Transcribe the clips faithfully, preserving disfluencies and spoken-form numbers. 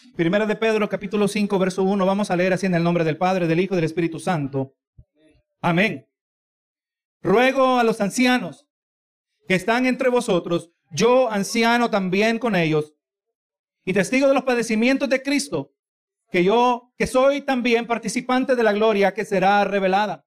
Primera de Pedro, capítulo cinco, verso uno. Vamos a leer así en el nombre del Padre, del Hijo y del Espíritu Santo. Amén. Ruego a los ancianos que están entre vosotros, yo anciano también con ellos, y testigo de los padecimientos de Cristo, que yo, que soy también participante de la gloria que será revelada.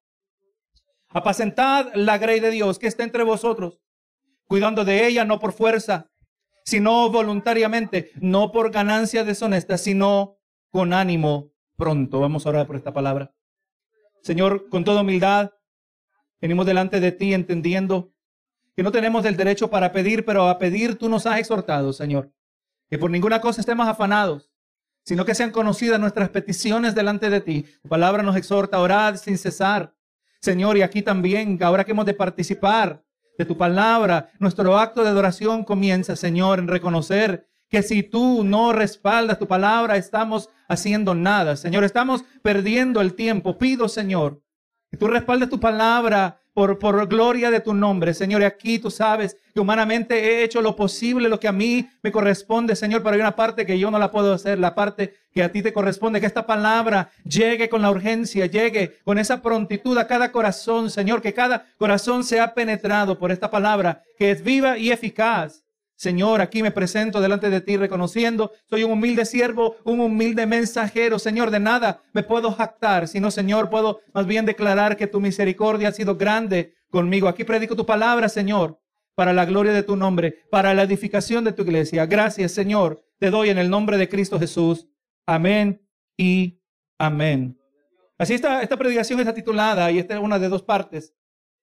Apacentad la grey de Dios que está entre vosotros, cuidando de ella no por fuerza, sino voluntariamente, no por ganancia deshonesta, sino con ánimo pronto. Vamos a orar por esta palabra. Señor, con toda humildad, venimos delante de ti entendiendo que no tenemos el derecho para pedir, pero a pedir tú nos has exhortado, Señor. Que por ninguna cosa estemos afanados, sino que sean conocidas nuestras peticiones delante de ti. Tu palabra nos exhorta a orar sin cesar. Señor, y aquí también, ahora que hemos de participar de tu palabra, nuestro acto de adoración comienza, Señor, en reconocer que si tú no respaldas tu palabra, estamos haciendo nada. Señor, estamos perdiendo el tiempo. Pido, Señor, que tú respaldes tu palabra por, por gloria de tu nombre. Señor, y aquí tú sabes que humanamente he hecho lo posible, lo que a mí me corresponde, Señor, pero hay una parte que yo no la puedo hacer, la parte que a ti te corresponde, que esta palabra llegue con la urgencia, llegue con esa prontitud a cada corazón, Señor, que cada corazón sea penetrado por esta palabra, que es viva y eficaz. Señor, aquí me presento delante de ti reconociendo, soy un humilde siervo, un humilde mensajero. Señor, de nada me puedo jactar, sino, Señor, puedo más bien declarar que tu misericordia ha sido grande conmigo. Aquí predico tu palabra, Señor, para la gloria de tu nombre, para la edificación de tu iglesia. Gracias, Señor, te doy en el nombre de Cristo Jesús. Amén y amén. Así esta, esta predicación está titulada, y esta es una de dos partes: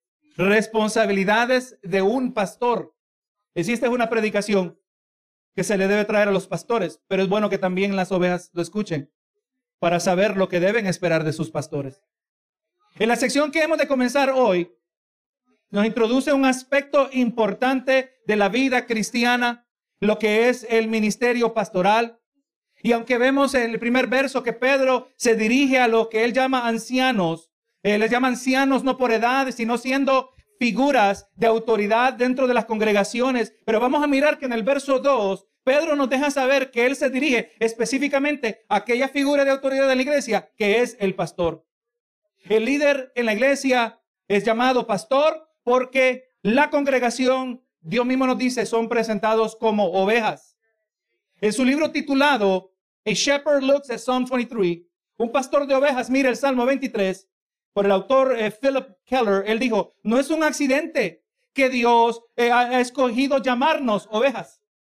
responsabilidades de un pastor. Existe una predicación que se le debe traer a los pastores, pero es bueno que también las ovejas lo escuchen para saber lo que deben esperar de sus pastores. En la sección que hemos de comenzar hoy, nos introduce un aspecto importante de la vida cristiana, lo que es el ministerio pastoral. Y aunque vemos en el primer verso que Pedro se dirige a lo que él llama ancianos, eh, les llama ancianos no por edad, sino siendo figuras de autoridad dentro de las congregaciones. Pero vamos a mirar que en el verso dos, Pedro nos deja saber que él se dirige específicamente a aquella figura de autoridad de la iglesia, que es el pastor. El líder en la iglesia es llamado pastor porque la congregación, Dios mismo nos dice, son presentados como ovejas. En su libro titulado A Shepherd Looks at Psalm veintitrés, un pastor de ovejas mira el Salmo veintitrés, por el autor eh, Philip Keller. Él dijo, no es un accidente que Dios eh, ha escogido llamarnos ovejas.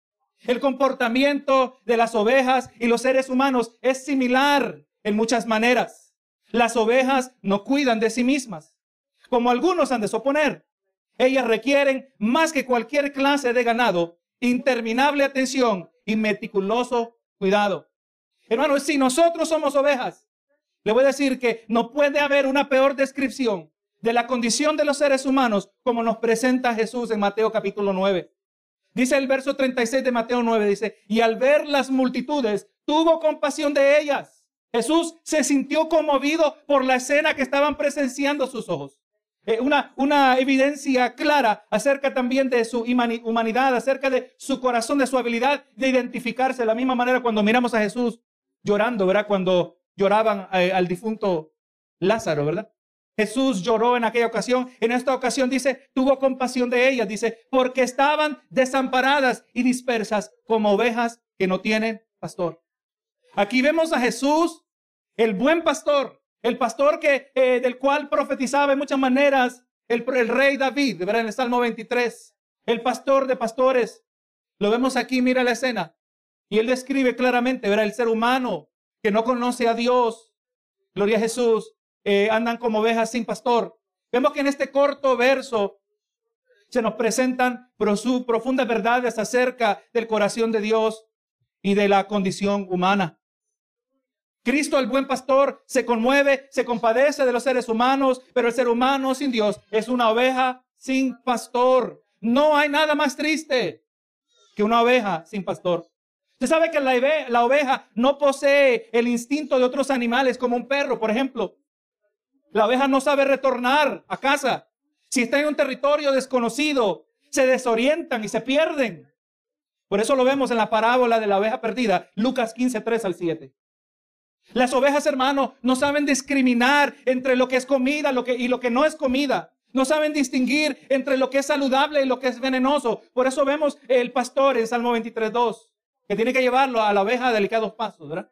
El comportamiento de las ovejas y los seres humanos es similar en muchas maneras. Las ovejas no cuidan de sí mismas, como algunos han de suponer. Ellas requieren, más que cualquier clase de ganado, interminable atención y meticuloso cuidado. Hermanos, si nosotros somos ovejas, le voy a decir que no puede haber una peor descripción de la condición de los seres humanos como nos presenta Jesús en Mateo capítulo nueve. Dice el verso treinta y seis de Mateo nueve, dice, y al ver las multitudes, tuvo compasión de ellas. Jesús se sintió conmovido por la escena que estaban presenciando sus ojos. Eh, una, una evidencia clara acerca también de su humanidad, acerca de su corazón, de su habilidad de identificarse. De la misma manera cuando miramos a Jesús llorando, ¿verdad? Cuando lloraban eh, al difunto Lázaro, ¿verdad? Jesús lloró en aquella ocasión. En esta ocasión dice, tuvo compasión de ellas. Dice, porque estaban desamparadas y dispersas como ovejas que no tienen pastor. Aquí vemos a Jesús, el buen pastor, el pastor que, eh, del cual profetizaba en muchas maneras el, el rey David, ¿verdad? En el Salmo veintitrés, el pastor de pastores. Lo vemos aquí, mira la escena. Y él describe claramente, ¿verdad? El ser humano que no conoce a Dios, gloria a Jesús, eh, andan como ovejas sin pastor. Vemos que en este corto verso se nos presentan profundas verdades acerca del corazón de Dios y de la condición humana. Cristo, el buen pastor, se conmueve, se compadece de los seres humanos, pero el ser humano sin Dios es una oveja sin pastor. No hay nada más triste que una oveja sin pastor. Usted sabe que la, la oveja no posee el instinto de otros animales como un perro, por ejemplo. La oveja no sabe retornar a casa. Si está en un territorio desconocido, se desorientan y se pierden. Por eso lo vemos en la parábola de la oveja perdida, Lucas quince, tres al siete. Las ovejas, hermanos, no saben discriminar entre lo que es comida lo que, y lo que no es comida. No saben distinguir entre lo que es saludable y lo que es venenoso. Por eso vemos el pastor en Salmo veintitrés, dos, que tiene que llevarlo a la oveja a delicados pasos, ¿verdad?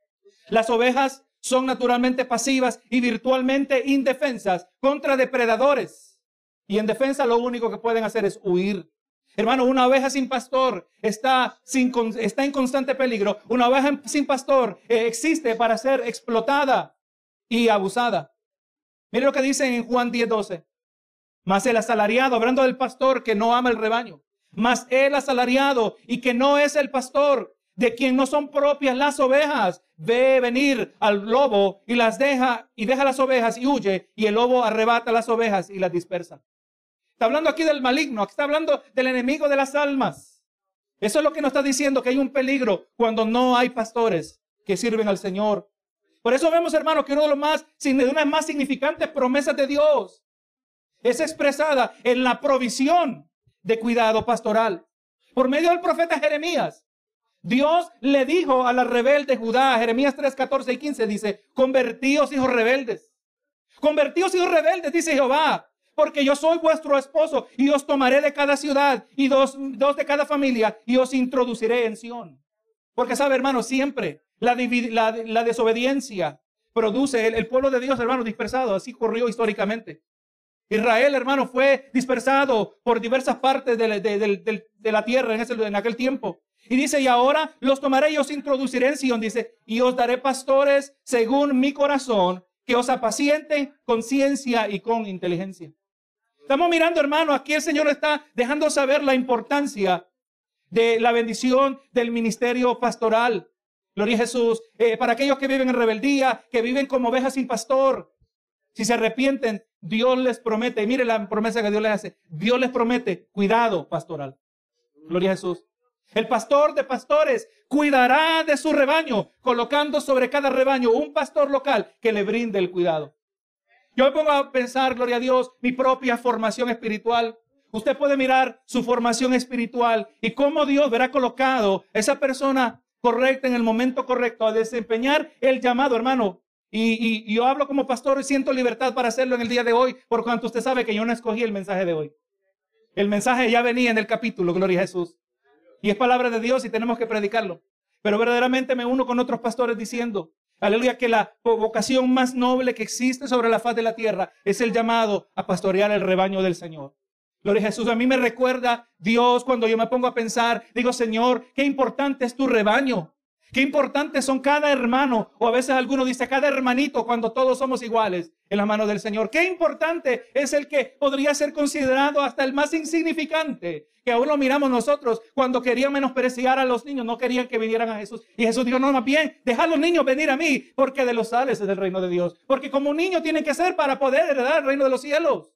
Las ovejas son naturalmente pasivas y virtualmente indefensas contra depredadores. Y en defensa lo único que pueden hacer es huir. Hermano, una oveja sin pastor está, sin, está en constante peligro. Una oveja sin pastor eh, existe para ser explotada y abusada. Mire lo que dice en Juan diez, doce. Mas el asalariado, hablando del pastor que no ama el rebaño, mas el asalariado y que no es el pastor, de quien no son propias las ovejas, ve venir al lobo y las deja y deja las ovejas y huye, y el lobo arrebata las ovejas y las dispersa. Está hablando aquí del maligno, aquí está hablando del enemigo de las almas. Eso es lo que nos está diciendo, que hay un peligro cuando no hay pastores que sirven al Señor. Por eso vemos, hermano, que uno de los más, de una de las más significantes promesas de Dios es expresada en la provisión de cuidado pastoral. Por medio del profeta Jeremías, Dios le dijo a la rebelde Judá, Jeremías tres, catorce y quince, dice, convertíos hijos rebeldes. Convertíos hijos rebeldes, dice Jehová, porque yo soy vuestro esposo y os tomaré de cada ciudad y dos, dos de cada familia y os introduciré en Sión. Porque sabe, hermano, siempre la, la, la desobediencia produce el, el pueblo de Dios, hermano, dispersado. Así ocurrió históricamente. Israel, hermano, fue dispersado por diversas partes de, de, de, de, de la tierra en, ese, en aquel tiempo. Y dice, y ahora los tomaré y os introduciré en Sión. Dice, y os daré pastores según mi corazón, que os apacienten con ciencia y con inteligencia. Estamos mirando, hermano, aquí el Señor está dejando saber la importancia de la bendición del ministerio pastoral. Gloria a Jesús. Eh, para aquellos que viven en rebeldía, que viven como ovejas sin pastor, si se arrepienten, Dios les promete, y mire la promesa que Dios les hace, Dios les promete cuidado pastoral. Gloria a Jesús. El pastor de pastores cuidará de su rebaño, colocando sobre cada rebaño un pastor local que le brinde el cuidado. Yo me pongo a pensar, gloria a Dios, mi propia formación espiritual. Usted puede mirar su formación espiritual y cómo Dios verá colocado esa persona correcta en el momento correcto a desempeñar el llamado, hermano. Y, y, y yo hablo como pastor y siento libertad para hacerlo en el día de hoy, por cuanto usted sabe que yo no escogí el mensaje de hoy. El mensaje ya venía en el capítulo, gloria a Jesús. Y es palabra de Dios y tenemos que predicarlo. Pero verdaderamente me uno con otros pastores diciendo, aleluya, que la vocación más noble que existe sobre la faz de la tierra es el llamado a pastorear el rebaño del Señor. Gloria a Jesús. A mí me recuerda Dios cuando yo me pongo a pensar, digo, Señor, qué importante es tu rebaño. Qué importantes son cada hermano, o a veces alguno dice cada hermanito cuando todos somos iguales en la mano del Señor. Qué importante es el que podría ser considerado hasta el más insignificante, que aún lo miramos nosotros cuando querían menospreciar a los niños, no querían que vinieran a Jesús. Y Jesús dijo, no, más bien, deja a los niños venir a mí, porque de los tales es el reino de Dios. Porque como un niño tiene que ser para poder heredar el reino de los cielos.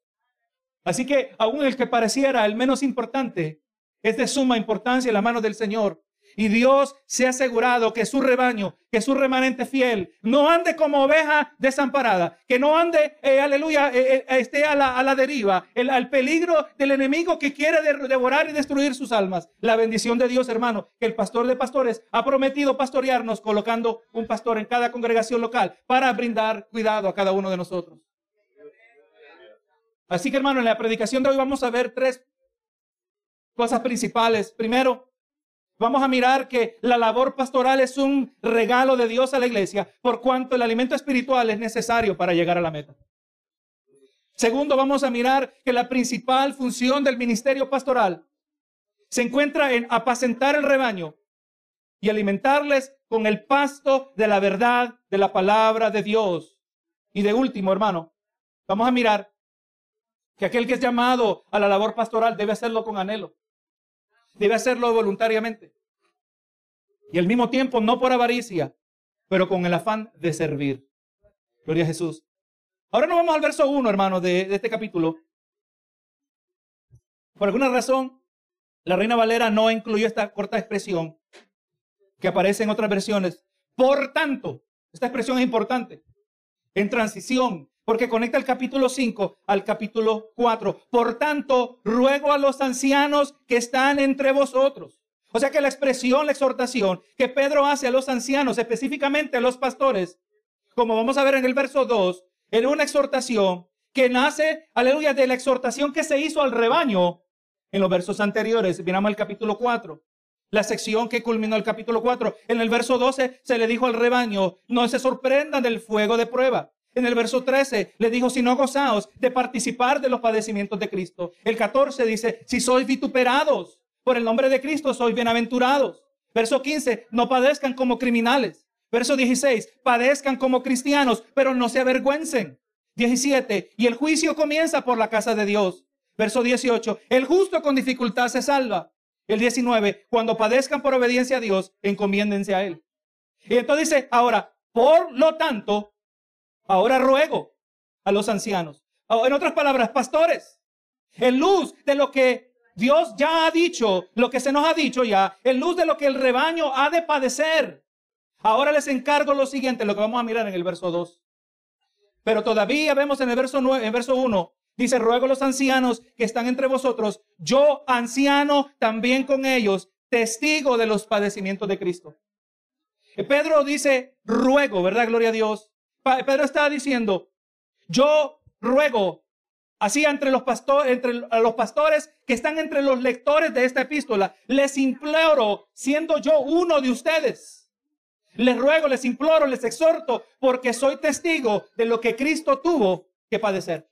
Así que aún el que pareciera el menos importante es de suma importancia en las manos del Señor. Y Dios se ha asegurado que su rebaño, que su remanente fiel, no ande como oveja desamparada, que no ande, eh, aleluya, eh, eh, esté a la, a la deriva, el, al peligro del enemigo que quiere de, devorar y destruir sus almas. La bendición de Dios, hermano, que el pastor de pastores ha prometido pastorearnos colocando un pastor en cada congregación local para brindar cuidado a cada uno de nosotros. Así que, hermano, en la predicación de hoy vamos a ver tres cosas principales. Primero, vamos a mirar que la labor pastoral es un regalo de Dios a la iglesia, por cuanto el alimento espiritual es necesario para llegar a la meta. Segundo, vamos a mirar que la principal función del ministerio pastoral se encuentra en apacentar el rebaño y alimentarles con el pasto de la verdad de la palabra de Dios. Y de último, hermano, vamos a mirar que aquel que es llamado a la labor pastoral debe hacerlo con anhelo. Debe hacerlo voluntariamente. Y al mismo tiempo, no por avaricia, pero con el afán de servir. Gloria a Jesús. Ahora nos vamos al verso uno, hermano, de, de este capítulo. Por alguna razón, la Reina Valera no incluyó esta corta expresión que aparece en otras versiones. Por tanto, esta expresión es importante. En transición, porque conecta el capítulo cinco al capítulo cuatro. Por tanto, ruego a los ancianos que están entre vosotros. O sea que la expresión, la exhortación que Pedro hace a los ancianos, específicamente a los pastores, como vamos a ver en el verso dos, era una exhortación que nace, aleluya, de la exhortación que se hizo al rebaño en los versos anteriores. Miramos el capítulo cuatro, la sección que culminó el capítulo cuatro. En el verso doce se le dijo al rebaño, no se sorprendan del fuego de prueba. En el verso trece le dijo, si no gozaos de participar de los padecimientos de Cristo. El catorce dice, si sois vituperados por el nombre de Cristo, sois bienaventurados. Verso quince, no padezcan como criminales. Verso dieciséis, padezcan como cristianos, pero no se avergüencen. diecisiete, y el juicio comienza por la casa de Dios. Verso dieciocho, el justo con dificultad se salva. El diecinueve, cuando padezcan por obediencia a Dios, encomiéndense a Él. Y entonces dice, ahora, por lo tanto, ahora ruego a los ancianos. En otras palabras, pastores, en luz de lo que Dios ya ha dicho, lo que se nos ha dicho ya, en luz de lo que el rebaño ha de padecer. Ahora les encargo lo siguiente, lo que vamos a mirar en el verso dos. Pero todavía vemos en el verso nueve, en el verso uno, dice, ruego a los ancianos que están entre vosotros, yo anciano también con ellos, testigo de los padecimientos de Cristo. Pedro dice, ruego, ¿verdad? Gloria a Dios. Pedro está diciendo, yo ruego, así entre los pastores, entre los pastores que están entre los lectores de esta epístola, les imploro, siendo yo uno de ustedes. Les ruego, les imploro, les exhorto, porque soy testigo de lo que Cristo tuvo que padecer.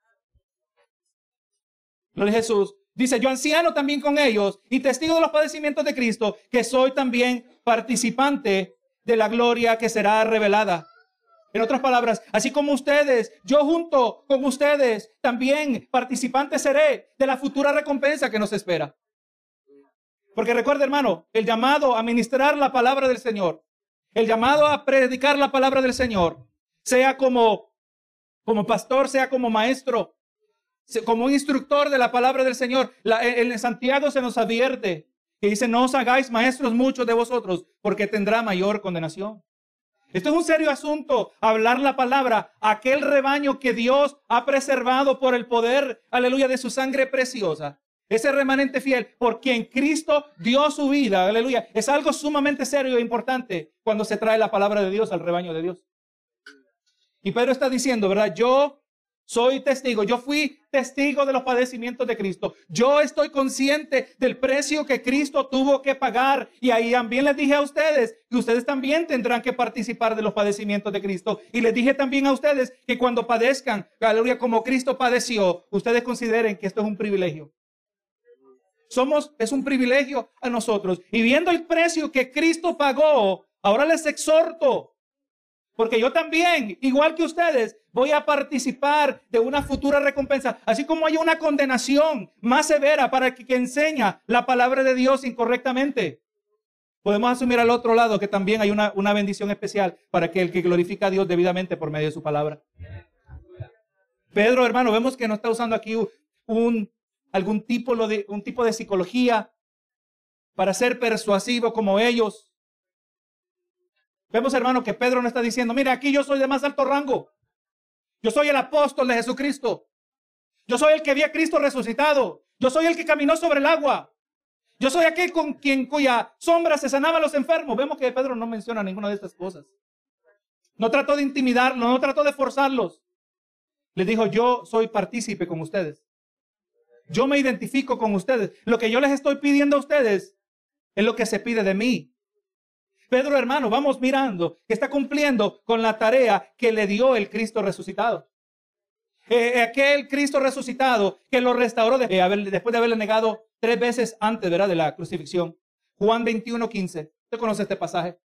Gloria a Jesús. Dice, yo anciano también con ellos y testigo de los padecimientos de Cristo, que soy también participante de la gloria que será revelada. En otras palabras, así como ustedes, yo junto con ustedes también participante seré de la futura recompensa que nos espera. Porque recuerda, hermano, el llamado a ministrar la palabra del Señor, el llamado a predicar la palabra del Señor, sea como, como pastor, sea como maestro, como un instructor de la palabra del Señor. La, en, en Santiago se nos advierte que dice, no os hagáis maestros muchos de vosotros, porque tendrá mayor condenación. Esto es un serio asunto, hablar la palabra a aquel rebaño que Dios ha preservado por el poder, aleluya, de su sangre preciosa. Ese remanente fiel por quien Cristo dio su vida, aleluya. Es algo sumamente serio e importante cuando se trae la palabra de Dios al rebaño de Dios. Y Pedro está diciendo, ¿verdad? Yo soy testigo, yo fui testigo de los padecimientos de Cristo. Yo estoy consciente del precio que Cristo tuvo que pagar. Y ahí también les dije a ustedes que ustedes también tendrán que participar de los padecimientos de Cristo. Y les dije también a ustedes que cuando padezcan, aleluya, como Cristo padeció, ustedes consideren que esto es un privilegio. Somos, es un privilegio a nosotros. Y viendo el precio que Cristo pagó, ahora les exhorto, porque yo también, igual que ustedes, voy a participar de una futura recompensa. Así como hay una condenación más severa para el que enseña la palabra de Dios incorrectamente, podemos asumir al otro lado que también hay una, una bendición especial para que el que glorifica a Dios debidamente por medio de su palabra. Pedro, hermano, vemos que no está usando aquí un, algún tipo de, un tipo de psicología para ser persuasivo como ellos. Vemos, hermano, que Pedro no está diciendo, mira, aquí yo soy de más alto rango. Yo soy el apóstol de Jesucristo. Yo soy el que vi a Cristo resucitado. Yo soy el que caminó sobre el agua. Yo soy aquel con quien, cuya sombra se sanaba a los enfermos. Vemos que Pedro no menciona ninguna de estas cosas. No trató de intimidarlos, no trató de forzarlos. Les dijo, yo soy partícipe con ustedes. Yo me identifico con ustedes. Lo que yo les estoy pidiendo a ustedes es lo que se pide de mí. Pedro, hermano, vamos mirando que está cumpliendo con la tarea que le dio el Cristo resucitado. Eh, aquel Cristo resucitado que lo restauró de, eh, haber, después de haberle negado tres veces antes, ¿verdad?, de la crucifixión. Juan veintiuno, quince. ¿Usted conoce este pasaje?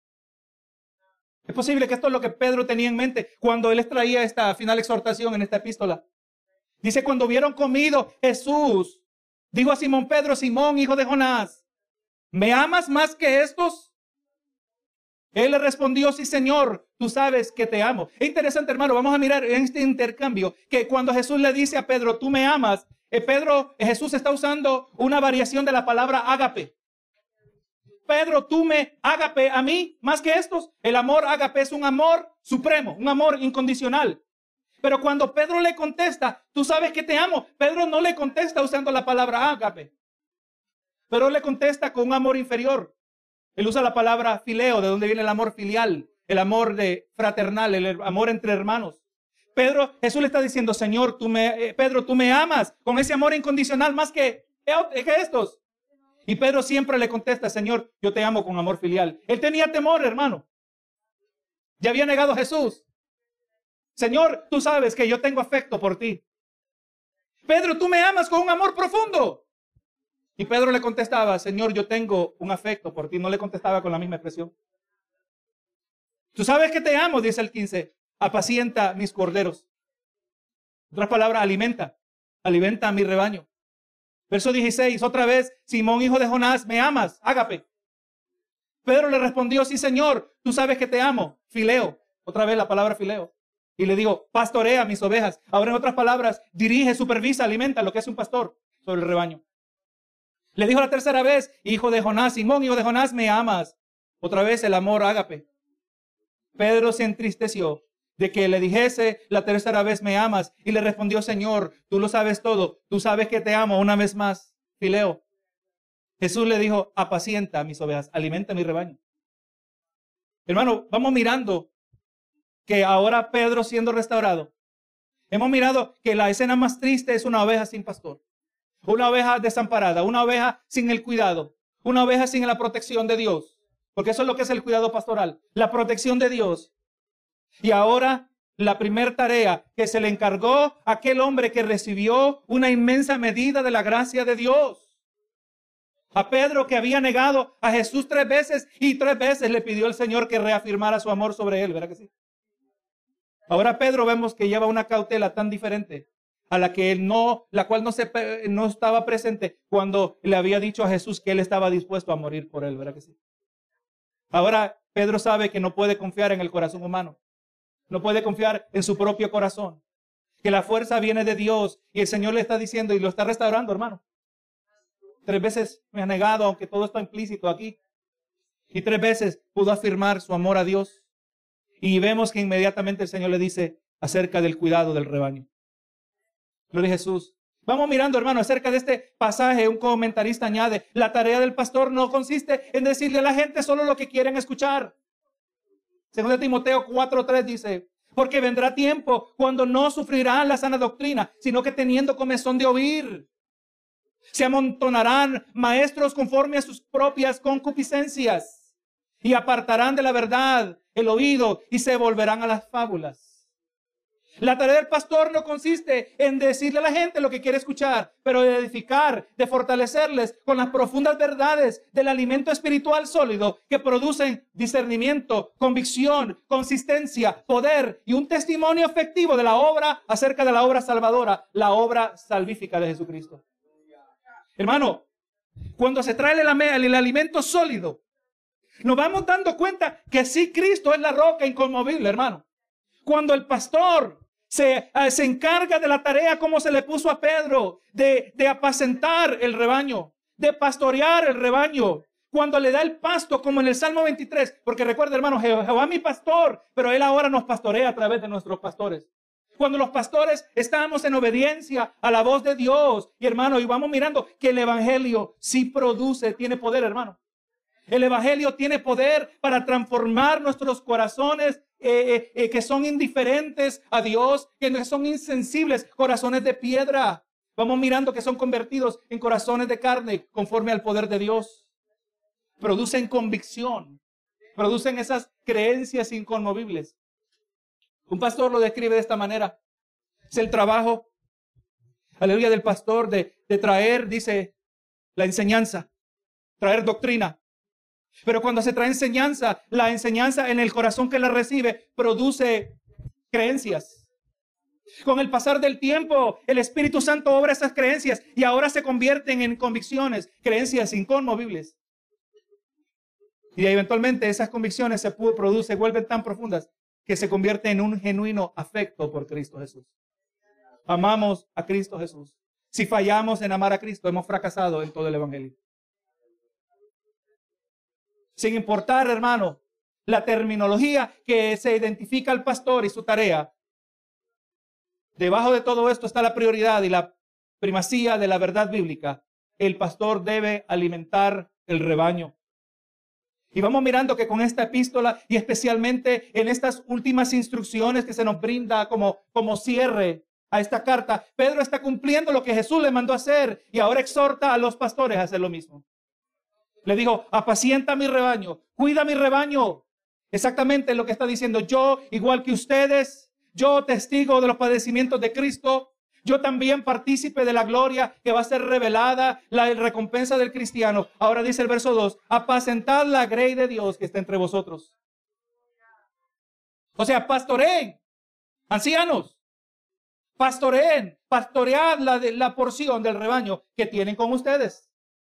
Es posible que esto es lo que Pedro tenía en mente cuando él les traía esta final exhortación en esta epístola. Dice, cuando hubieron comido, Jesús dijo a Simón Pedro, Simón, hijo de Jonás, ¿me amas más que estos? Él le respondió, sí, Señor, tú sabes que te amo. Es interesante, hermano, vamos a mirar en este intercambio que cuando Jesús le dice a Pedro, tú me amas, eh, Pedro, eh, Jesús está usando una variación de la palabra ágape. Pedro, tú me ágape a mí más que estos. El amor ágape es un amor supremo, un amor incondicional. Pero cuando Pedro le contesta, tú sabes que te amo, Pedro no le contesta usando la palabra ágape. Pero él le contesta con un amor inferior. Él usa la palabra fileo, de donde viene el amor filial, el amor de fraternal, el amor entre hermanos. Pedro, Jesús le está diciendo, Señor, tú me, eh, Pedro, tú me amas con ese amor incondicional más que, que estos. Y Pedro siempre le contesta, Señor, yo te amo con amor filial. Él tenía temor, hermano. Ya había negado a Jesús. Señor, tú sabes que yo tengo afecto por ti. Pedro, tú me amas con un amor profundo. Y Pedro le contestaba, Señor, yo tengo un afecto por ti. No le contestaba con la misma expresión. Tú sabes que te amo, dice el quince. Apacienta mis corderos. Otra palabra, alimenta. Alimenta a mi rebaño. Verso dieciséis, otra vez, Simón, hijo de Jonás, ¿me amas? Ágape. Pedro le respondió, sí, Señor, tú sabes que te amo. Fileo. Otra vez la palabra fileo. Y le digo, pastorea mis ovejas. Ahora en otras palabras, dirige, supervisa, alimenta lo que es un pastor sobre el rebaño. Le dijo la tercera vez, hijo de Jonás, Simón, hijo de Jonás, ¿me amas? Otra vez el amor ágape. Pedro se entristeció de que le dijese la tercera vez, ¿me amas? Y le respondió, Señor, tú lo sabes todo. Tú sabes que te amo. Una vez más, fileo. Jesús le dijo, apacienta mis ovejas, alimenta mi rebaño. Hermano, vamos mirando que ahora Pedro siendo restaurado, hemos mirado que la escena más triste es una oveja sin pastor. Una oveja desamparada, una oveja sin el cuidado, una oveja sin la protección de Dios. Porque eso es lo que es el cuidado pastoral, la protección de Dios. Y ahora la primera tarea que se le encargó a aquel hombre que recibió una inmensa medida de la gracia de Dios. A Pedro, que había negado a Jesús tres veces y tres veces le pidió al Señor que reafirmara su amor sobre él, ¿verdad que sí? Ahora Pedro vemos que lleva una cautela tan diferente a la que él no, la cual no, se, no estaba presente cuando le había dicho a Jesús que él estaba dispuesto a morir por él, ¿verdad que sí? Ahora Pedro sabe que no puede confiar en el corazón humano, no puede confiar en su propio corazón, que la fuerza viene de Dios y el Señor le está diciendo y lo está restaurando, hermano. Tres veces me ha negado, aunque todo está implícito aquí. Y tres veces pudo afirmar su amor a Dios. Y vemos que inmediatamente el Señor le dice acerca del cuidado del rebaño. Gloria a Jesús. Vamos mirando, hermano, acerca de este pasaje. Un comentarista añade, la tarea del pastor no consiste en decirle a la gente solo lo que quieren escuchar. Según de Timoteo cuatro tres dice, porque vendrá tiempo cuando no sufrirán la sana doctrina, sino que teniendo comezón de oír, se amontonarán maestros conforme a sus propias concupiscencias y apartarán de la verdad el oído y se volverán a las fábulas. La tarea del pastor no consiste en decirle a la gente lo que quiere escuchar, pero de edificar, de fortalecerles con las profundas verdades del alimento espiritual sólido que producen discernimiento, convicción, consistencia, poder y un testimonio efectivo de la obra acerca de la obra salvadora, la obra salvífica de Jesucristo. Hermano, cuando se trae el, el, el alimento sólido, nos vamos dando cuenta que sí, Cristo es la roca inconmovible, hermano. Cuando el pastor se, eh, se encarga de la tarea como se le puso a Pedro, de, de apacentar el rebaño, de pastorear el rebaño, cuando le da el pasto como en el Salmo veintitrés, porque recuerda, hermano, Jehová mi pastor, pero Él ahora nos pastorea a través de nuestros pastores. Cuando los pastores estamos en obediencia a la voz de Dios, y hermano, y vamos mirando que el evangelio sí produce, tiene poder, hermano. El evangelio tiene poder para transformar nuestros corazones eh, eh, que son indiferentes a Dios, que son insensibles, corazones de piedra. Vamos mirando que son convertidos en corazones de carne conforme al poder de Dios. Producen convicción, producen esas creencias inconmovibles. Un pastor lo describe de esta manera. Es el trabajo, aleluya, del pastor de, de traer, dice, la enseñanza, traer doctrina. Pero cuando se trae enseñanza, la enseñanza en el corazón que la recibe produce creencias. Con el pasar del tiempo, el Espíritu Santo obra esas creencias y ahora se convierten en convicciones, creencias inconmovibles. Y eventualmente esas convicciones se producen, se vuelven tan profundas que se convierte en un genuino afecto por Cristo Jesús. Amamos a Cristo Jesús. Si fallamos en amar a Cristo, hemos fracasado en todo el evangelio. Sin importar, hermano, la terminología que se identifica al pastor y su tarea, debajo de todo esto está la prioridad y la primacía de la verdad bíblica el pastor debe alimentar el rebaño. Y vamos mirando que con esta epístola y especialmente en estas últimas instrucciones que se nos brinda como, como cierre a esta carta, Pedro está cumpliendo lo que Jesús le mandó a hacer y ahora exhorta a los pastores a hacer lo mismo. Le dijo, apacienta mi rebaño, cuida mi rebaño. Exactamente lo que está diciendo. Yo, igual que ustedes, yo testigo de los padecimientos de Cristo, yo también partícipe de la gloria que va a ser revelada, la recompensa del cristiano. Ahora dice el verso dos, apacentad la grey de Dios que está entre vosotros. O sea, pastoreen, ancianos, pastoreen, pastoread la, de, la porción del rebaño que tienen con ustedes.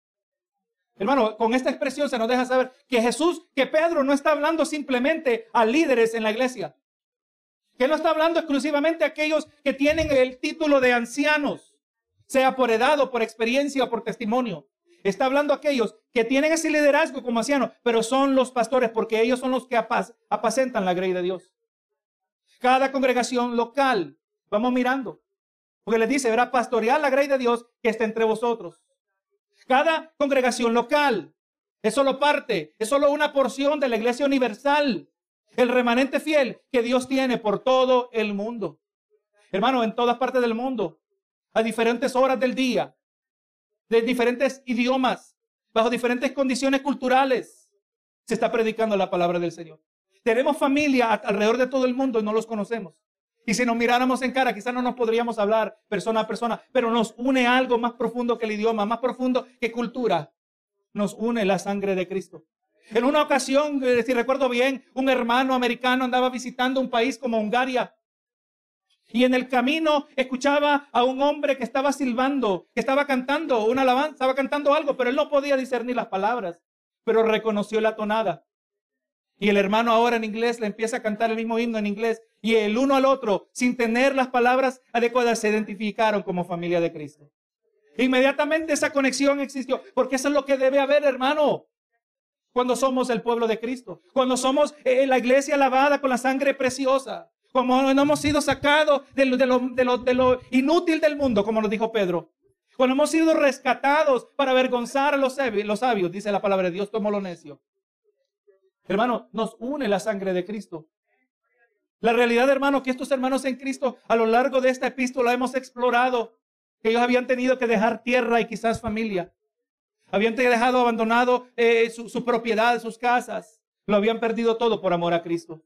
Hermano, con esta expresión se nos deja saber que Jesús, que Pedro no está hablando simplemente a líderes en la iglesia. Que no está hablando exclusivamente a aquellos que tienen el título de ancianos, sea por edad o por experiencia o por testimonio. Está hablando a aquellos que tienen ese liderazgo como ancianos, pero son los pastores porque ellos son los que apac- apacentan la grey de Dios. Cada congregación local, vamos mirando, porque les dice, verá, pastorear la grey de Dios que está entre vosotros. Cada congregación local es solo parte, es solo una porción de la iglesia universal. El remanente fiel que Dios tiene por todo el mundo. Hermano, en todas partes del mundo, a diferentes horas del día, de diferentes idiomas, bajo diferentes condiciones culturales, se está predicando la palabra del Señor. Tenemos familia alrededor de todo el mundo y no los conocemos. Y si nos miráramos en cara, quizás no nos podríamos hablar persona a persona, pero nos une algo más profundo que el idioma, más profundo que cultura. Nos une la sangre de Cristo. En una ocasión, si recuerdo bien, un hermano americano andaba visitando un país como Hungría. Y en el camino escuchaba a un hombre que estaba silbando, que estaba cantando una alabanza, estaba cantando algo, pero él no podía discernir las palabras, pero reconoció la tonada. Y el hermano ahora en inglés le empieza a cantar el mismo himno en inglés. Y el uno al otro, sin tener las palabras adecuadas, se identificaron como familia de Cristo. Inmediatamente esa conexión existió, porque eso es lo que debe haber, hermano. Cuando somos el pueblo de Cristo, cuando somos eh, la iglesia lavada con la sangre preciosa, como no hemos sido sacados de lo, de, lo, de, lo, de lo inútil del mundo, como nos dijo Pedro, cuando hemos sido rescatados para avergonzar a los sabios, los sabios, dice la palabra de Dios, tomó lo necio. Hermano, nos une la sangre de Cristo. La realidad, hermano, que estos hermanos en Cristo, a lo largo de esta epístola hemos explorado que ellos habían tenido que dejar tierra y quizás familia. Habían dejado abandonado eh, su, su propiedad, sus casas. Lo habían perdido todo por amor a Cristo.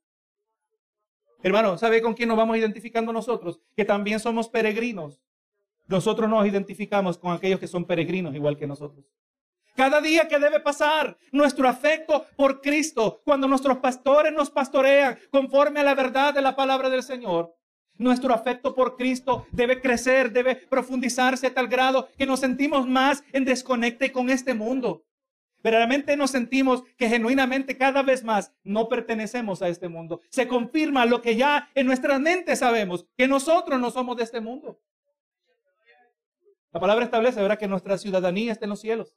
Hermano, ¿sabe con quién nos vamos identificando nosotros? Que también somos peregrinos. Nosotros nos identificamos con aquellos que son peregrinos igual que nosotros. Cada día que debe pasar nuestro afecto por Cristo, cuando nuestros pastores nos pastorean conforme a la verdad de la palabra del Señor, nuestro afecto por Cristo debe crecer, debe profundizarse a tal grado que nos sentimos más en desconecte con este mundo. Verdaderamente nos sentimos que genuinamente cada vez más no pertenecemos a este mundo. Se confirma lo que ya en nuestras mentes sabemos, que nosotros no somos de este mundo. La palabra establece, ¿verdad?, que nuestra ciudadanía está en los cielos.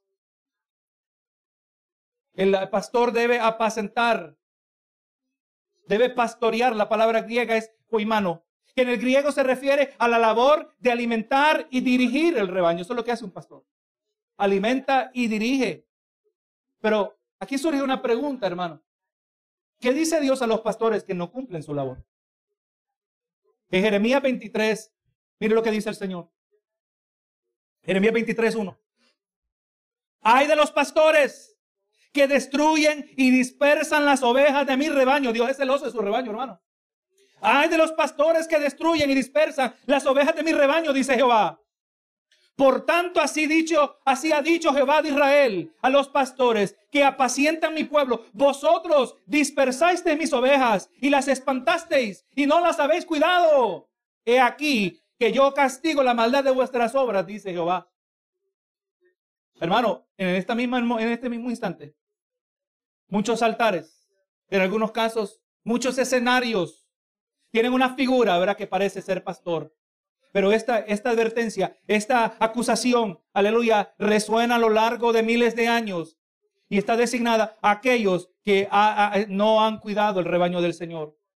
El pastor debe apacentar, debe pastorear. La palabra griega es poimano, que en el griego se refiere a la labor de alimentar y dirigir el rebaño. Eso es lo que hace un pastor. Alimenta y dirige. Pero aquí surge una pregunta, hermano. ¿Qué dice Dios a los pastores que no cumplen su labor? En Jeremías veintitrés, mire lo que dice el Señor. Jeremías veintitrés, uno. ¡Ay de los pastores que destruyen y dispersan las ovejas de mi rebaño! Dios es celoso de su rebaño, hermano. ¡Ay de los pastores que destruyen y dispersan las ovejas de mi rebaño!, dice Jehová. Por tanto, así dicho, así ha dicho Jehová de Israel a los pastores que apacientan mi pueblo. Vosotros dispersasteis mis ovejas y las espantasteis y no las habéis cuidado. He aquí que yo castigo la maldad de vuestras obras, dice Jehová. Hermano, en, esta misma, en este mismo instante, muchos altares, en algunos casos, muchos escenarios, tienen una figura, ¿verdad?, que parece ser pastor. Pero esta, esta advertencia, esta acusación, aleluya, resuena a lo largo de miles de años y está designada a aquellos que a, a, no han cuidado el rebaño del Señor.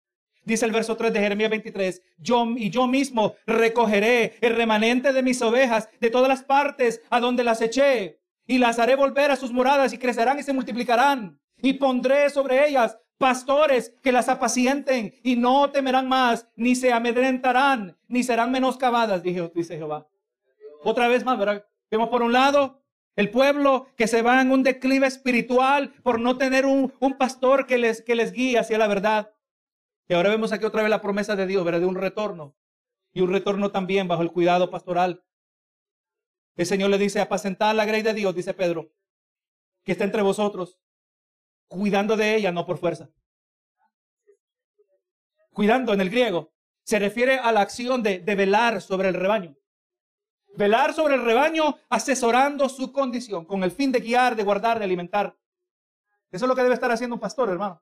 Dice el verso tres de Jeremías veintitrés, yo y yo mismo recogeré el remanente de mis ovejas de todas las partes a donde las eché, y las haré volver a sus moradas, y crecerán y se multiplicarán, y pondré sobre ellas pastores que las apacienten, y no temerán más, ni se amedrentarán, ni serán menoscabadas, dice Jehová. Otra vez más, ¿verdad? Vemos por un lado el pueblo que se va en un declive espiritual por no tener un, un pastor que les, que les guíe hacia la verdad. Y ahora vemos aquí otra vez la promesa de Dios, ¿verdad? De un retorno. Y un retorno también bajo el cuidado pastoral. El Señor le dice, apacentad la grey de Dios, dice Pedro, que está entre vosotros, cuidando de ella, no por fuerza. Cuidando en el griego se refiere a la acción de, de velar sobre el rebaño. Velar sobre el rebaño, asesorando su condición, con el fin de guiar, de guardar, de alimentar. Eso es lo que debe estar haciendo un pastor, hermano.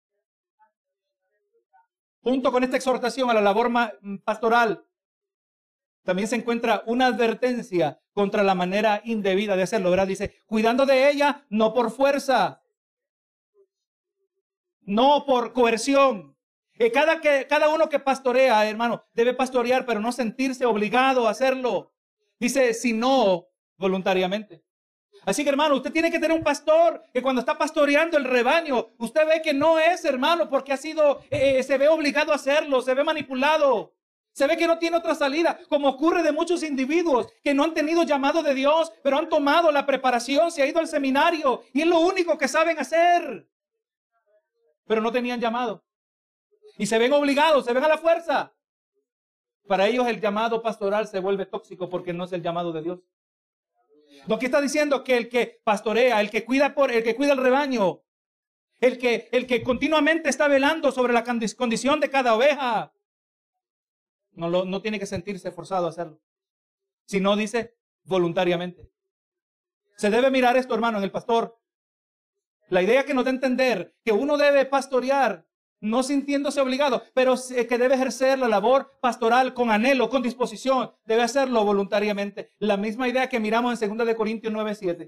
Junto con esta exhortación a la labor pastoral, también se encuentra una advertencia contra la manera indebida de hacerlo, ¿verdad? Dice, cuidando de ella, no por fuerza, no por coerción. Y cada, que, cada uno que pastorea, hermano, debe pastorear, pero no sentirse obligado a hacerlo. Dice, sino voluntariamente. Así que, hermano, usted tiene que tener un pastor que cuando está pastoreando el rebaño, usted ve que no es, hermano, porque ha sido, eh, se ve obligado a hacerlo, se ve manipulado. Se ve que no tiene otra salida, como ocurre de muchos individuos que no han tenido llamado de Dios, pero han tomado la preparación, se ha ido al seminario y es lo único que saben hacer. Pero no tenían llamado. Y se ven obligados, se ven a la fuerza. Para ellos el llamado pastoral se vuelve tóxico porque no es el llamado de Dios. Lo que está diciendo que el que pastorea, el que cuida por, el que cuida el rebaño, el que, el que continuamente está velando sobre la condición de cada oveja, no, lo, no tiene que sentirse forzado a hacerlo. Sino dice voluntariamente. Se debe mirar esto, hermano, en el pastor. La idea que nos da a entender que uno debe pastorear no sintiéndose obligado, pero que debe ejercer la labor pastoral con anhelo, con disposición, debe hacerlo voluntariamente. La misma idea que miramos en segunda de Corintios nueve siete.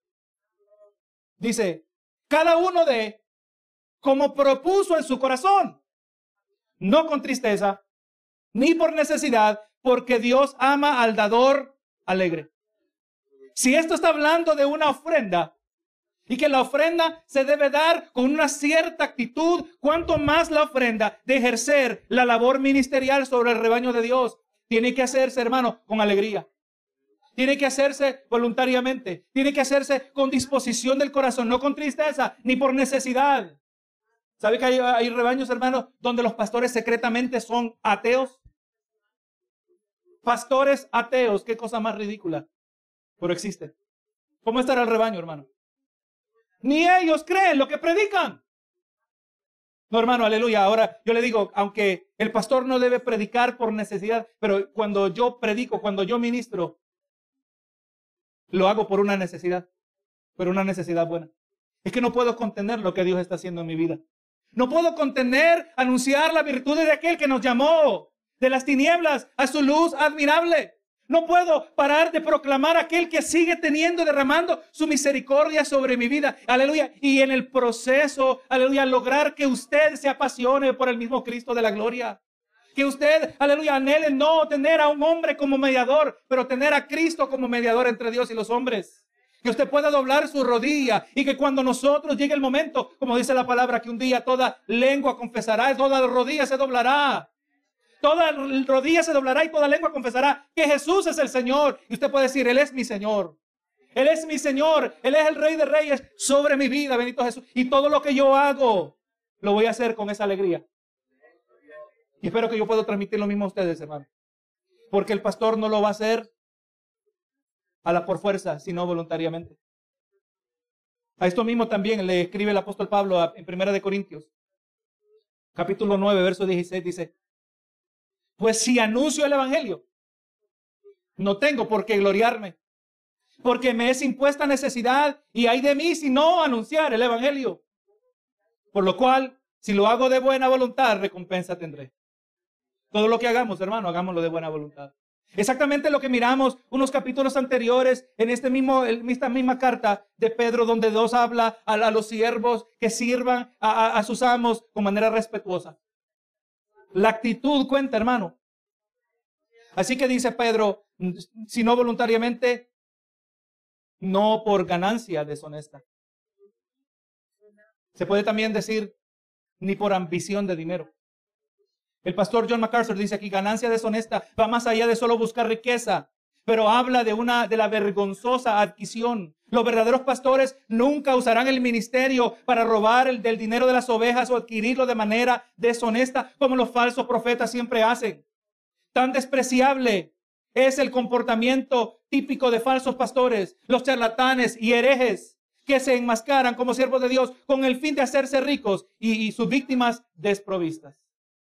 Dice, cada uno de como propuso en su corazón, no con tristeza, ni por necesidad, porque Dios ama al dador alegre. Si esto está hablando de una ofrenda, y que la ofrenda se debe dar con una cierta actitud, cuanto más la ofrenda de ejercer la labor ministerial sobre el rebaño de Dios, tiene que hacerse, hermano, con alegría. Tiene que hacerse voluntariamente. Tiene que hacerse con disposición del corazón, no con tristeza, ni por necesidad. ¿Sabe que hay, hay rebaños, hermano, donde los pastores secretamente son ateos? Pastores ateos, qué cosa más ridícula. Pero existe. ¿Cómo estará el rebaño, hermano? Ni ellos creen lo que predican. No, hermano, aleluya. Ahora yo le digo, aunque el pastor no debe predicar por necesidad, pero cuando yo predico, cuando yo ministro, lo hago por una necesidad, por una necesidad buena. Es que no puedo contener lo que Dios está haciendo en mi vida. No puedo contener, anunciar la virtud de aquel que nos llamó de las tinieblas a su luz admirable. No puedo parar de proclamar a aquel que sigue teniendo, derramando su misericordia sobre mi vida. Aleluya. Y en el proceso, aleluya, lograr que usted se apasione por el mismo Cristo de la gloria. Que usted, aleluya, anhele no tener a un hombre como mediador, pero tener a Cristo como mediador entre Dios y los hombres. Que usted pueda doblar su rodilla y que cuando nosotros llegue el momento, como dice la palabra, que un día toda lengua confesará, toda rodilla se doblará. Toda rodilla se doblará y toda lengua confesará que Jesús es el Señor. Y usted puede decir, Él es mi Señor. Él es mi Señor. Él es el Rey de Reyes sobre mi vida, bendito Jesús. Y todo lo que yo hago, lo voy a hacer con esa alegría. Y espero que yo pueda transmitir lo mismo a ustedes, hermano. Porque el pastor no lo va a hacer a la por fuerza, sino voluntariamente. A esto mismo también le escribe el apóstol Pablo en Primera de Corintios, capítulo nueve, verso dieciséis, dice, pues si anuncio el evangelio, no tengo por qué gloriarme, porque me es impuesta necesidad y hay de mí si no anunciar el evangelio. Por lo cual, si lo hago de buena voluntad, recompensa tendré. Todo lo que hagamos, hermano, hagámoslo de buena voluntad. Exactamente lo que miramos unos capítulos anteriores en este mismo, en esta misma carta de Pedro, donde Dios habla a, a los siervos que sirvan a, a, a sus amos con manera respetuosa. La actitud cuenta, hermano. Así que dice Pedro, si no voluntariamente, no por ganancia deshonesta. Se puede también decir, ni por ambición de dinero. El pastor John MacArthur dice aquí, ganancia deshonesta va más allá de solo buscar riqueza, pero habla de una de la vergonzosa adquisición. Los verdaderos pastores nunca usarán el ministerio para robar el del dinero de las ovejas o adquirirlo de manera deshonesta, como los falsos profetas siempre hacen. Tan despreciable es el comportamiento típico de falsos pastores, los charlatanes y herejes que se enmascaran como siervos de Dios con el fin de hacerse ricos y, y sus víctimas desprovistas.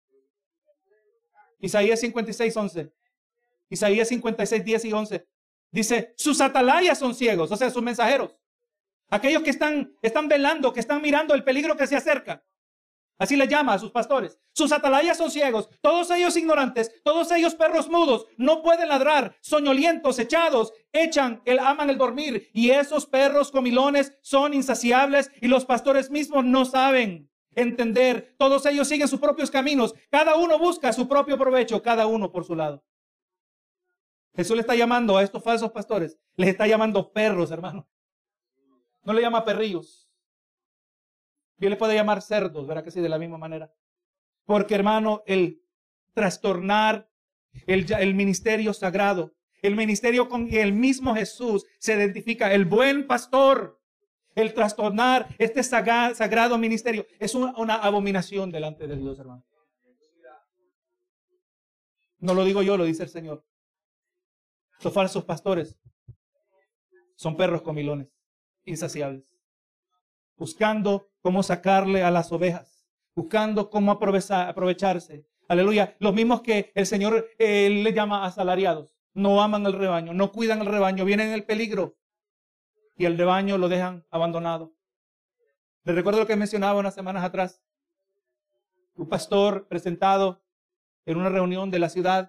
Isaías cincuenta y seis, once. Isaías cincuenta y seis, diez y once. Dice, sus atalayas son ciegos, o sea, sus mensajeros. Aquellos que están, están velando, que están mirando el peligro que se acerca. Así le llama a sus pastores. Sus atalayas son ciegos, todos ellos ignorantes, todos ellos perros mudos, no pueden ladrar, soñolientos, echados, echan, el, aman el dormir. Y esos perros comilones son insaciables y los pastores mismos no saben entender. Todos ellos siguen sus propios caminos. Cada uno busca su propio provecho, cada uno por su lado. Jesús le está llamando a estos falsos pastores, les está llamando perros, hermano. No le llama perrillos. Bien le puede llamar cerdos, ¿verdad que sí? De la misma manera. Porque, hermano, el trastornar el, el ministerio sagrado, el ministerio con que el mismo Jesús se identifica, el buen pastor, el trastornar este sagrado, sagrado ministerio, es una, una abominación delante de Dios, hermano. No lo digo yo, lo dice el Señor. Los falsos pastores son perros comilones, insaciables, buscando cómo sacarle a las ovejas, buscando cómo aprovechar, aprovecharse. Aleluya. Los mismos que el Señor eh, le llama asalariados. No aman el rebaño, no cuidan el rebaño, vienen en el peligro y el rebaño lo dejan abandonado. Les recuerdo lo que mencionaba unas semanas atrás. Un pastor presentado en una reunión de la ciudad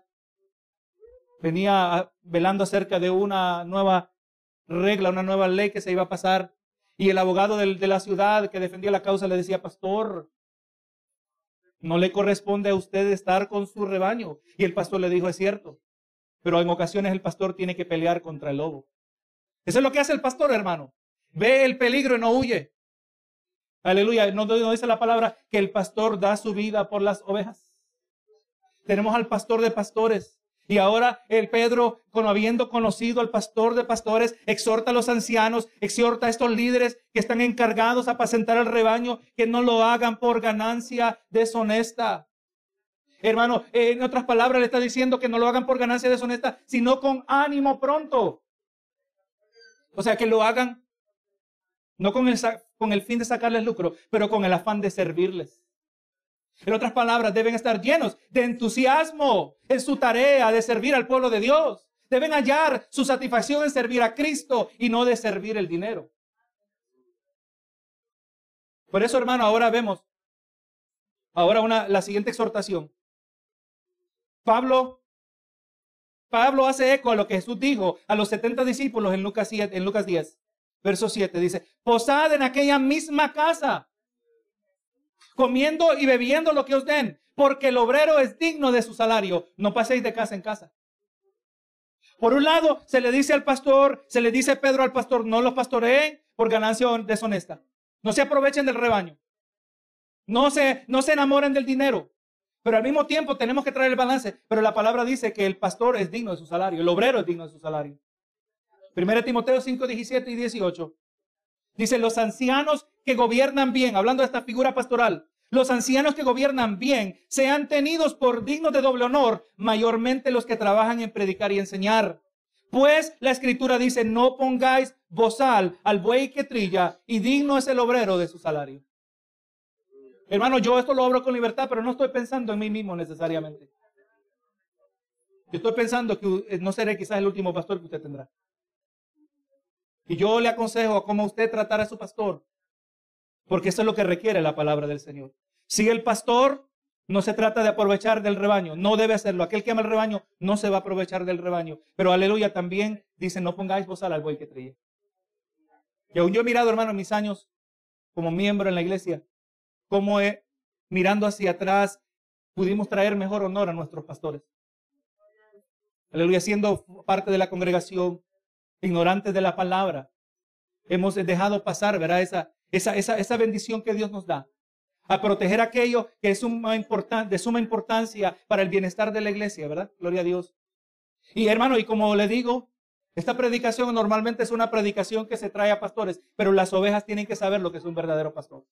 venía velando acerca de una nueva regla, una nueva ley que se iba a pasar. Y el abogado de, de la ciudad que defendía la causa le decía, pastor, no le corresponde a usted estar con su rebaño. Y el pastor le dijo, es cierto, pero en ocasiones el pastor tiene que pelear contra el lobo. Eso es lo que hace el pastor, hermano. Ve el peligro y no huye. Aleluya. No, no dice la palabra que el pastor da su vida por las ovejas. Tenemos al pastor de pastores. Y ahora el Pedro, con, habiendo conocido al pastor de pastores, exhorta a los ancianos, exhorta a estos líderes que están encargados a apacentar el rebaño, que no lo hagan por ganancia deshonesta. Hermano, en otras palabras le está diciendo que no lo hagan por ganancia deshonesta, sino con ánimo pronto. O sea, que lo hagan no con el, con el fin de sacarles lucro, pero con el afán de servirles. En otras palabras, deben estar llenos de entusiasmo en su tarea de servir al pueblo de Dios. Deben hallar su satisfacción en servir a Cristo y no de servir el dinero. Por eso, hermano, ahora vemos ahora una, la siguiente exhortación. Pablo, Pablo hace eco a lo que Jesús dijo a los setenta discípulos en Lucas, siete, en Lucas diez, verso siete. Dice, posad en aquella misma casa, comiendo y bebiendo lo que os den, porque el obrero es digno de su salario. No paséis de casa en casa. Por un lado, se le dice al pastor, se le dice Pedro al pastor, no los pastoreen por ganancia deshonesta. No se aprovechen del rebaño. No se, no se enamoren del dinero. Pero al mismo tiempo tenemos que traer el balance. Pero la palabra dice que el pastor es digno de su salario. El obrero es digno de su salario. Primera Timoteo cinco, diecisiete y dieciocho. Dice, los ancianos que gobiernan bien, hablando de esta figura pastoral, los ancianos que gobiernan bien sean tenidos por dignos de doble honor, mayormente los que trabajan en predicar y enseñar. Pues la Escritura dice, no pongáis bozal al buey que trilla, y digno es el obrero de su salario. Hermano, yo esto lo abro con libertad, pero no estoy pensando en mí mismo necesariamente. Yo estoy pensando que no seré quizás el último pastor que usted tendrá. Y yo le aconsejo a cómo usted tratar a su pastor, porque eso es lo que requiere la palabra del Señor. Si el pastor no se trata de aprovechar del rebaño, no debe hacerlo. Aquel que ama el rebaño no se va a aprovechar del rebaño. Pero aleluya, también dice, no pongáis bozal al buey que trilla. Y aún yo he mirado, hermano, en mis años como miembro en la iglesia, como he, mirando hacia atrás, pudimos traer mejor honor a nuestros pastores. Aleluya, siendo parte de la congregación, ignorantes de la palabra, hemos dejado pasar, ¿verdad? Esa, esa, esa, esa bendición que Dios nos da, a proteger aquello que es suma importan- de suma importancia para el bienestar de la iglesia, ¿verdad? Gloria a Dios. Y hermano, y como le digo, esta predicación normalmente es una predicación que se trae a pastores, pero las ovejas tienen que saber lo que es un verdadero pastor.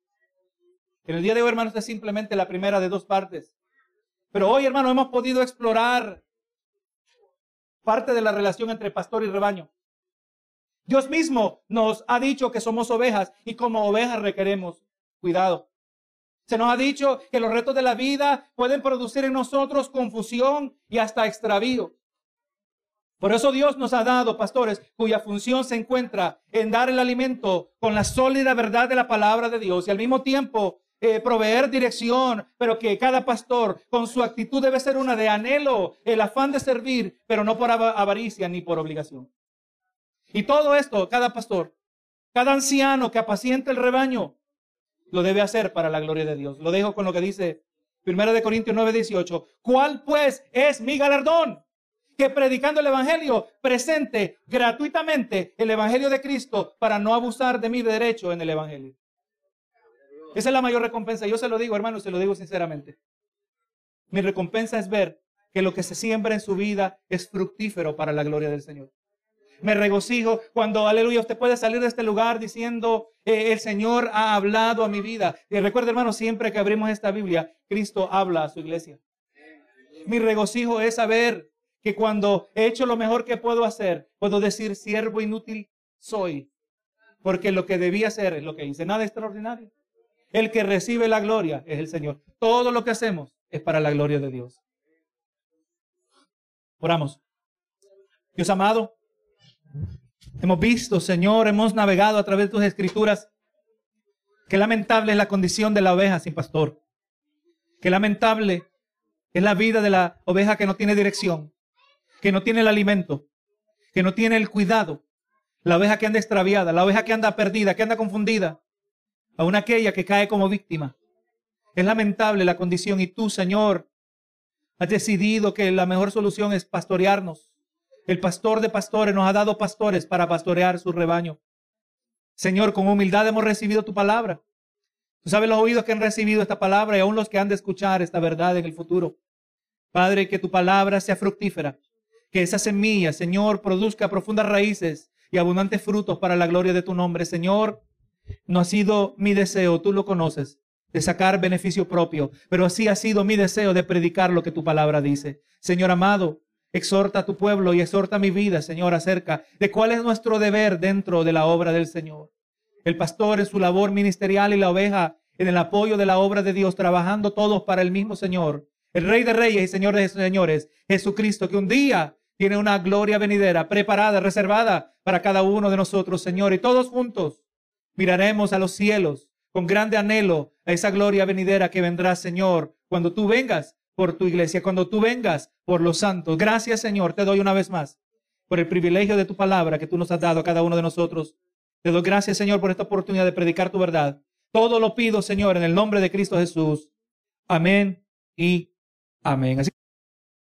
En el día de hoy, hermanos, es simplemente la primera de dos partes. Pero hoy, hermano, hemos podido explorar parte de la relación entre pastor y rebaño. Dios mismo nos ha dicho que somos ovejas y como ovejas requeremos cuidado. Se nos ha dicho que los retos de la vida pueden producir en nosotros confusión y hasta extravío. Por eso Dios nos ha dado pastores cuya función se encuentra en dar el alimento con la sólida verdad de la palabra de Dios y al mismo tiempo eh, proveer dirección, pero que cada pastor con su actitud debe ser una de anhelo, el afán de servir, pero no por av- avaricia ni por obligación. Y todo esto, cada pastor, cada anciano que apacienta el rebaño, lo debe hacer para la gloria de Dios. Lo dejo con lo que dice primera de Corintios nueve dieciocho. ¿Cuál pues es mi galardón? Que predicando el evangelio presente gratuitamente el evangelio de Cristo para no abusar de mi derecho en el evangelio. Esa es la mayor recompensa. Yo se lo digo, hermano, se lo digo sinceramente. Mi recompensa es ver que lo que se siembra en su vida es fructífero para la gloria del Señor. Me regocijo cuando, aleluya, usted puede salir de este lugar diciendo, eh, el Señor ha hablado a mi vida. Y recuerde, hermano, siempre que abrimos esta Biblia, Cristo habla a su iglesia. Mi regocijo es saber que cuando he hecho lo mejor que puedo hacer, puedo decir, siervo inútil soy, porque lo que debía hacer es lo que hice. Nada extraordinario. El que recibe la gloria es el Señor. Todo lo que hacemos es para la gloria de Dios. Oramos. Dios amado, hemos visto, Señor, hemos navegado a través de tus escrituras. Qué lamentable es la condición de la oveja sin pastor. Qué lamentable es la vida de la oveja que no tiene dirección, que no tiene el alimento, que no tiene el cuidado. La oveja que anda extraviada, la oveja que anda perdida, que anda confundida. Aún aquella que cae como víctima. Es lamentable la condición y tú, Señor, has decidido que la mejor solución es pastorearnos. El pastor de pastores nos ha dado pastores para pastorear su rebaño. Señor, con humildad hemos recibido tu palabra. Tú sabes los oídos que han recibido esta palabra y aún los que han de escuchar esta verdad en el futuro. Padre, que tu palabra sea fructífera. Que esa semilla, Señor, produzca profundas raíces y abundantes frutos para la gloria de tu nombre. Señor, no ha sido mi deseo, tú lo conoces, de sacar beneficio propio, pero así ha sido mi deseo de predicar lo que tu palabra dice. Señor amado, exhorta a tu pueblo y exhorta mi vida, Señor, acerca de cuál es nuestro deber dentro de la obra del Señor. El pastor en su labor ministerial y la oveja en el apoyo de la obra de Dios, trabajando todos para el mismo Señor. El Rey de Reyes y Señor de Señores, Jesucristo, que un día tiene una gloria venidera, preparada, reservada para cada uno de nosotros, Señor. Y todos juntos miraremos a los cielos con grande anhelo a esa gloria venidera que vendrá, Señor, cuando tú vengas por tu iglesia, cuando tú vengas por los santos. Gracias, Señor, te doy una vez más por el privilegio de tu palabra que tú nos has dado a cada uno de nosotros. Te doy gracias, Señor, por esta oportunidad de predicar tu verdad. Todo lo pido, Señor, en el nombre de Cristo Jesús. Amén y amén. Así